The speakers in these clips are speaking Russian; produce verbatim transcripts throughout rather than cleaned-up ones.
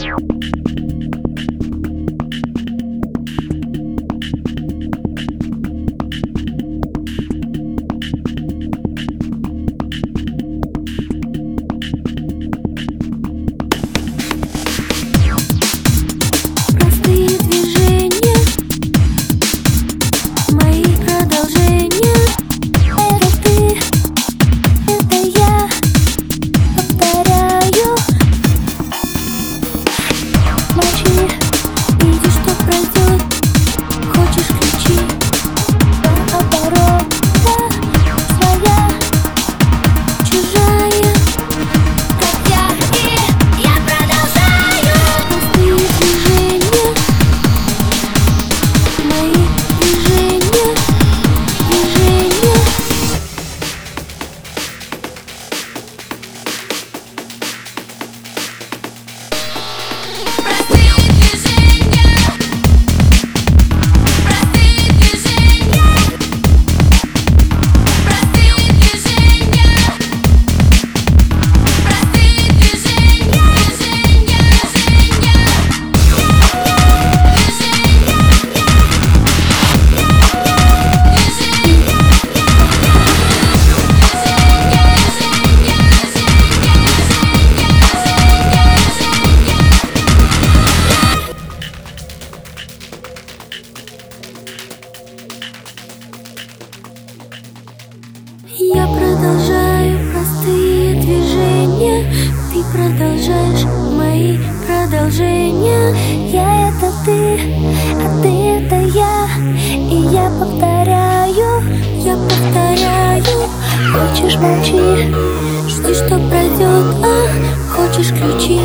Я продолжаю простые движения, ты продолжаешь мои продолжения. Я — это ты, а ты — это я. И я повторяю, я повторяю. Хочешь — молчи, жди, что пройдет. Ах, хочешь — ключи,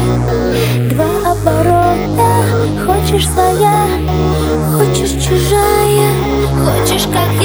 два оборота. Хочешь — своя, хочешь — чужая. Хочешь — как я.